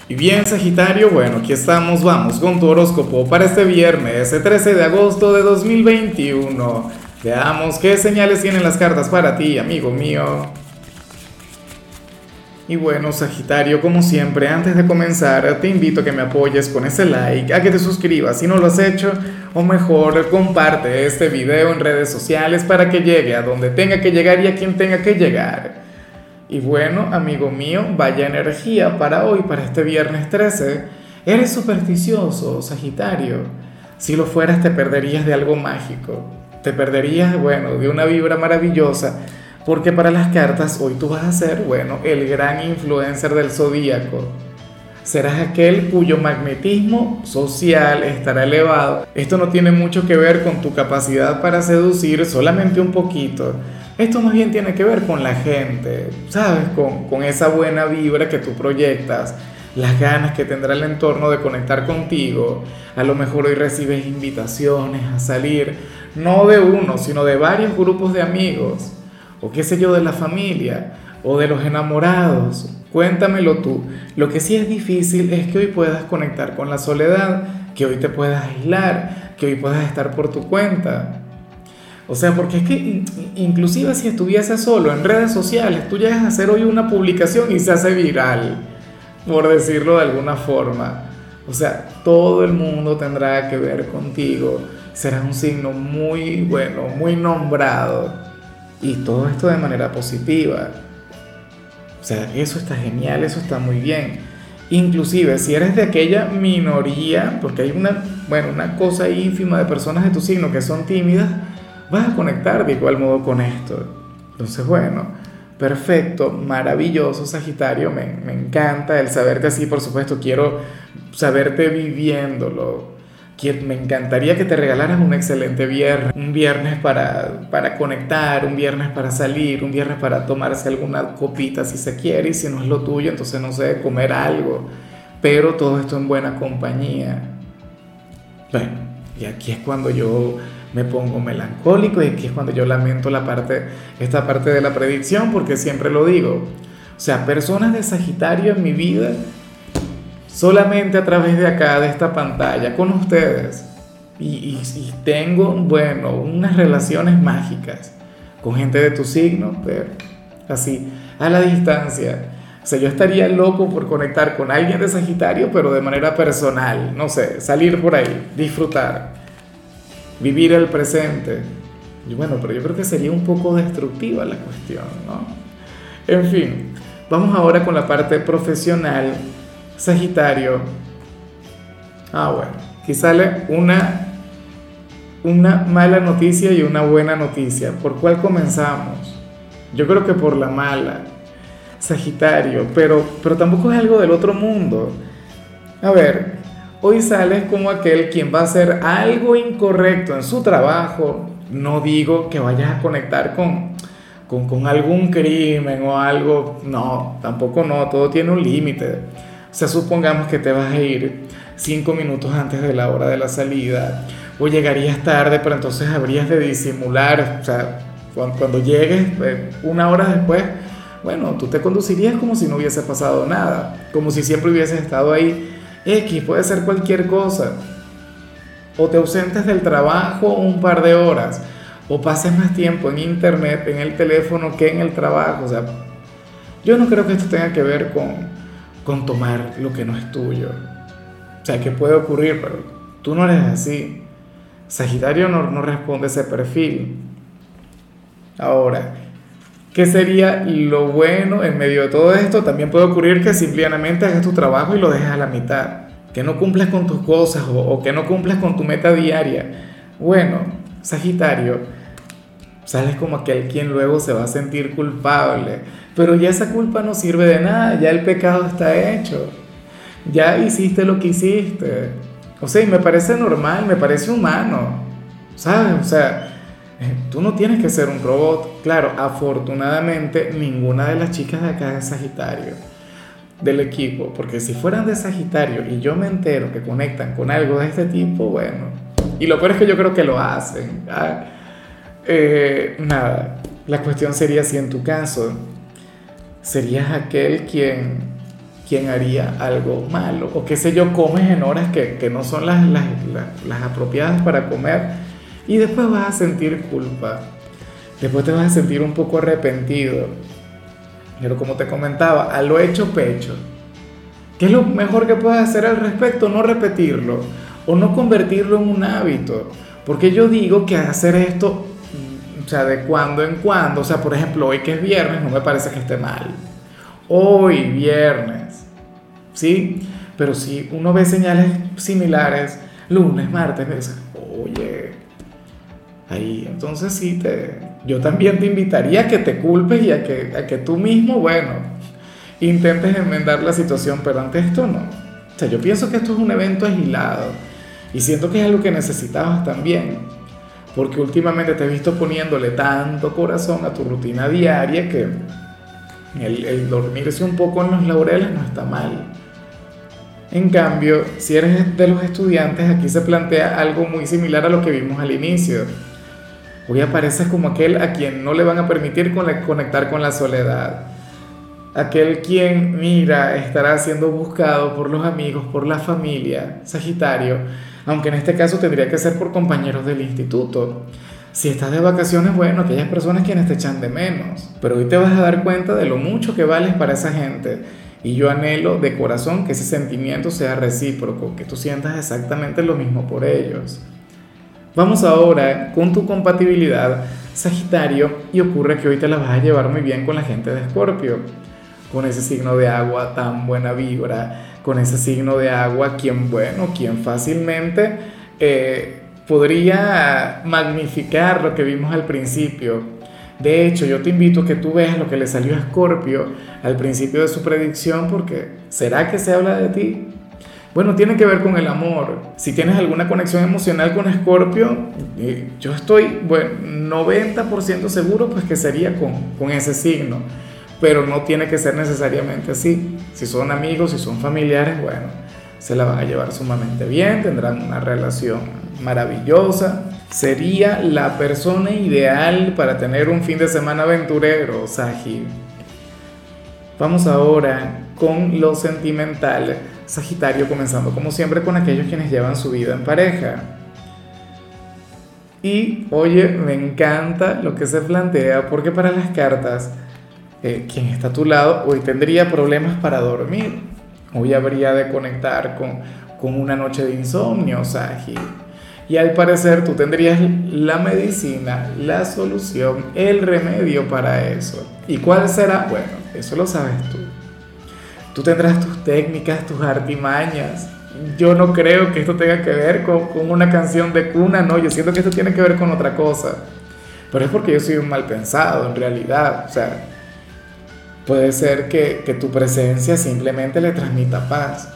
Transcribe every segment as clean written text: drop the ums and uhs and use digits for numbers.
Y bien, Sagitario, bueno, aquí estamos, vamos con tu horóscopo para este viernes, el 13 de agosto de 2021. Veamos qué señales tienen las cartas para ti, amigo mío. Y bueno, Sagitario, como siempre, antes de comenzar, te invito a que me apoyes con ese like, a que te suscribas si no lo has hecho, o mejor, comparte este video en redes sociales para que llegue a donde tenga que llegar y a quien tenga que llegar. Y bueno, amigo mío, vaya energía para hoy, para este viernes 13. Eres supersticioso, Sagitario. Si lo fueras, te perderías de algo mágico. Te perderías, bueno, de una vibra maravillosa. Porque para las cartas, hoy tú vas a ser, bueno, el gran influencer del zodíaco. Serás aquel cuyo magnetismo social estará elevado. Esto no tiene mucho que ver con tu capacidad para seducir, solamente un poquito. Esto más bien tiene que ver con la gente, ¿sabes? Con esa buena vibra que tú proyectas, las ganas que tendrá el entorno de conectar contigo. A lo mejor hoy recibes invitaciones a salir, no de uno, sino de varios grupos de amigos, o qué sé yo, de la familia, o de los enamorados. Cuéntamelo tú. Lo que sí es difícil es que hoy puedas conectar con la soledad, que hoy te puedas aislar, que hoy puedas estar por tu cuenta. O sea, porque es que inclusive si estuviese solo en redes sociales, tú llegas a hacer hoy una publicación y se hace viral, por decirlo de alguna forma. O sea, todo el mundo tendrá que ver contigo. Serás un signo muy bueno, muy nombrado. Y todo esto de manera positiva. O sea, eso está genial, eso está muy bien. Inclusive, si eres de aquella minoría, porque hay una, bueno, una cosa ínfima de personas de tu signo que son tímidas, vas a conectar de igual modo con esto. Entonces, bueno, perfecto, maravilloso, Sagitario, me encanta el saberte así, por supuesto, quiero saberte viviéndolo. Me encantaría que te regalaras un excelente viernes, un viernes para conectar, un viernes para salir, un viernes para tomarse alguna copita si se quiere, y si no es lo tuyo, entonces no sé, comer algo, pero todo esto en buena compañía. Bueno, y aquí es cuando yo me pongo melancólico y aquí es cuando yo lamento esta parte de la predicción, porque siempre lo digo. O sea, personas de Sagitario en mi vida, solamente a través de acá, de esta pantalla, con ustedes. Y tengo, bueno, unas relaciones mágicas con gente de tu signo, pero así, a la distancia. O sea, yo estaría loco por conectar con alguien de Sagitario, pero de manera personal, no sé, salir por ahí, disfrutar, vivir el presente. Y bueno, pero yo creo que sería un poco destructiva la cuestión, ¿no? En fin, vamos ahora con la parte profesional, Sagitario. Bueno, aquí sale una mala noticia y una buena noticia. ¿Por cuál comenzamos? Yo creo que por la mala, Sagitario, pero tampoco es algo del otro mundo. A ver, hoy sales como aquel quien va a hacer algo incorrecto en su trabajo. No digo que vayas a conectar con algún crimen o algo. No, tampoco no, todo tiene un límite. O sea, supongamos que te vas a ir 5 minutos antes de la hora de la salida, o llegarías tarde, pero entonces habrías de disimular. O sea, cuando llegues, una hora después, bueno, tú te conducirías como si no hubiese pasado nada, como si siempre hubieses estado ahí. X, puede ser cualquier cosa. O te ausentes del trabajo un par de horas, o pases más tiempo en internet, en el teléfono, que en el trabajo. O sea, yo no creo que esto tenga que ver con tomar lo que no es tuyo. O sea, que puede ocurrir, pero tú no eres así. Sagitario no responde a ese perfil. Ahora, ¿qué sería lo bueno en medio de todo esto? También puede ocurrir que simplemente hagas tu trabajo y lo dejes a la mitad, que no cumplas con tus cosas, o que no cumplas con tu meta diaria. Bueno, Sagitario, sales como aquel quien luego se va a sentir culpable, pero ya esa culpa no sirve de nada, ya el pecado está hecho, ya hiciste lo que hiciste. O sea, y me parece normal, me parece humano, ¿sabes? O sea, tú no tienes que ser un robot. Claro, afortunadamente ninguna de las chicas de acá es Sagitario, del equipo, porque si fueran de Sagitario y yo me entero que conectan con algo de este tipo, bueno, y lo peor es que yo creo que lo hacen. Nada, la cuestión sería si en tu caso serías aquel quien haría algo malo, o qué sé yo, comes en horas que no son las apropiadas para comer, y después vas a sentir culpa, después te vas a sentir un poco arrepentido, pero como te comentaba, a lo hecho pecho. ¿Qué es lo mejor que puedes hacer al respecto? No repetirlo o no convertirlo en un hábito. Porque yo digo que hacer esto, o sea, de cuando en cuando, o sea, por ejemplo, hoy que es viernes, no me parece que esté mal. Hoy, viernes, ¿sí? Pero si uno ve señales similares, lunes, martes, me dice, oye, ahí, entonces sí, yo también te invitaría a que te culpes y a que tú mismo, bueno, intentes enmendar la situación, pero ante esto no. O sea, yo pienso que esto es un evento aislado y siento que es algo que necesitabas también, porque últimamente te he visto poniéndole tanto corazón a tu rutina diaria que el dormirse un poco en los laureles no está mal. En cambio, si eres de los estudiantes, aquí se plantea algo muy similar a lo que vimos al inicio. Hoy apareces como aquel a quien no le van a permitir conectar con la soledad. Aquel quien, mira, estará siendo buscado por los amigos, por la familia, Sagitario, aunque en este caso tendría que ser por compañeros del instituto. Si estás de vacaciones, bueno, aquellas personas quienes te echan de menos, pero hoy te vas a dar cuenta de lo mucho que vales para esa gente. Y yo anhelo de corazón que ese sentimiento sea recíproco, que tú sientas exactamente lo mismo por ellos. Vamos ahora con tu compatibilidad, Sagitario, y ocurre que hoy te la vas a llevar muy bien con la gente de Escorpio, con ese signo de agua tan buena vibra, con ese signo de agua quien, bueno, quien fácilmente podría magnificar lo que vimos al principio. De hecho, yo te invito a que tú veas lo que le salió a Escorpio al principio de su predicción, porque ¿será que se habla de ti? Bueno, tiene que ver con el amor. Si tienes alguna conexión emocional con Escorpio, yo estoy, bueno, 90% seguro pues que sería con ese signo, pero no tiene que ser necesariamente así. Si son amigos, si son familiares, bueno, se la van a llevar sumamente bien, tendrán una relación maravillosa. Sería la persona ideal para tener un fin de semana aventurero, Sagi. Vamos ahora con lo sentimental, Sagitario, comenzando como siempre con aquellos quienes llevan su vida en pareja. Y oye, me encanta lo que se plantea porque para las cartas, quien está a tu lado hoy tendría problemas para dormir. Hoy habría de conectar con una noche de insomnio, Sagi. Y al parecer tú tendrías la medicina, la solución, el remedio para eso. ¿Y cuál será? Bueno, eso lo sabes tú. Tú tendrás tus técnicas, tus artimañas. Yo no creo que esto tenga que ver con una canción de cuna, no. Yo siento que esto tiene que ver con otra cosa. Pero es porque yo soy un mal pensado, en realidad. O sea, puede ser que tu presencia simplemente le transmita paz.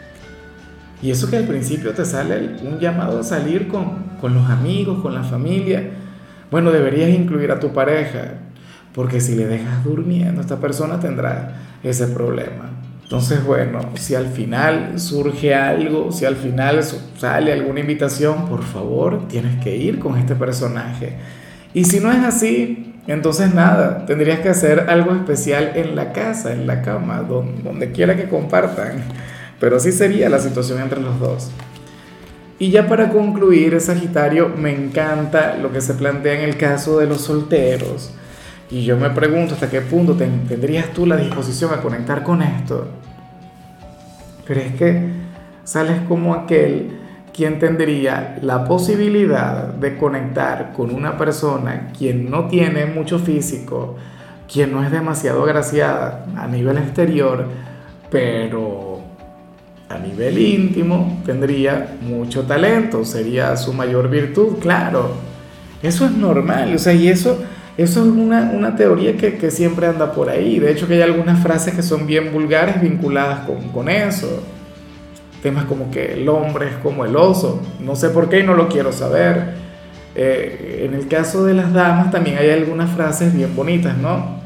Y eso que al principio te sale un llamado a salir con los amigos, con la familia, bueno, deberías incluir a tu pareja, porque si le dejas durmiendo, esta persona tendrá ese problema. Entonces, bueno, si al final surge algo, si al final sale alguna invitación, por favor, tienes que ir con este personaje. Y si no es así, entonces nada, tendrías que hacer algo especial en la casa, en la cama, donde quiera que compartan. Pero así sería la situación entre los dos. Y ya para concluir, Sagitario, me encanta lo que se plantea en el caso de los solteros. Y yo me pregunto hasta qué punto tendrías tú la disposición a conectar con esto. ¿Crees que sales como aquel quien tendría la posibilidad de conectar con una persona quien no tiene mucho físico, quien no es demasiado agraciada a nivel exterior, pero a nivel íntimo tendría mucho talento, sería su mayor virtud? Claro, eso es normal, o sea, y eso es una teoría que siempre anda por ahí. De hecho, que hay algunas frases que son bien vulgares vinculadas con eso. Temas como que el hombre es como el oso, no sé por qué y no lo quiero saber. En el caso de las damas también hay algunas frases bien bonitas, ¿no?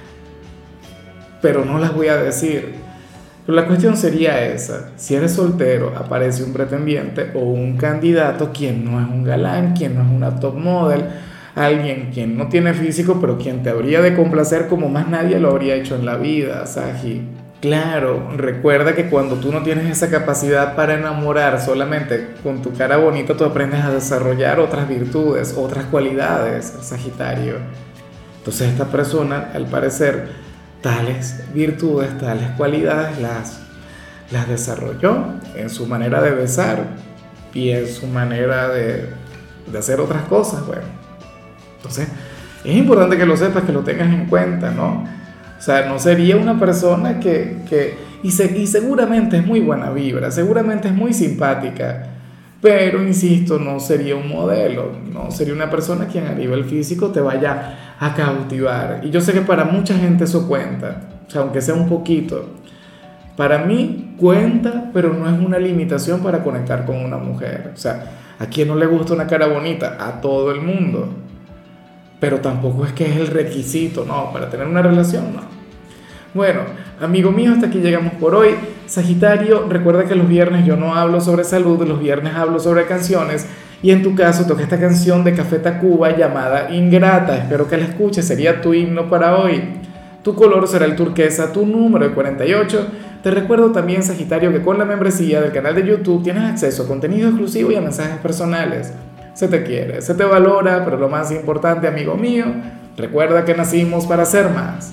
Pero no las voy a decir. Pero la cuestión sería esa: si eres soltero, aparece un pretendiente o un candidato quien no es un galán, quien no es una top model, alguien quien no tiene físico, pero quien te habría de complacer como más nadie lo habría hecho en la vida, Sagi. Claro, recuerda que cuando tú no tienes esa capacidad para enamorar solamente con tu cara bonita, tú aprendes a desarrollar otras virtudes, otras cualidades, Sagitario. Entonces esta persona, al parecer, tales virtudes, tales cualidades las desarrolló en su manera de besar y en su manera de hacer otras cosas. Bueno, entonces es importante que lo sepas, que lo tengas en cuenta, ¿no? O sea, no sería una persona y seguramente es muy buena vibra, seguramente es muy simpática, pero insisto, no sería un modelo, no sería una persona quien a nivel físico te vaya a cautivar. Y yo sé que para mucha gente eso cuenta, o sea, aunque sea un poquito. Para mí cuenta, pero no es una limitación para conectar con una mujer. O sea, ¿a quién no le gusta una cara bonita? A todo el mundo. Pero tampoco es que es el requisito, ¿no? Para tener una relación, no. Bueno, amigo mío, hasta aquí llegamos por hoy. Sagitario, recuerda que los viernes yo no hablo sobre salud, los viernes hablo sobre canciones. Y en tu caso toca esta canción de Café Tacuba llamada Ingrata. Espero que la escuches, sería tu himno para hoy. Tu color será el turquesa, tu número el 48. Te recuerdo también, Sagitario, que con la membresía del canal de YouTube tienes acceso a contenido exclusivo y a mensajes personales. Se te quiere, se te valora, pero lo más importante, amigo mío, recuerda que nacimos para ser más.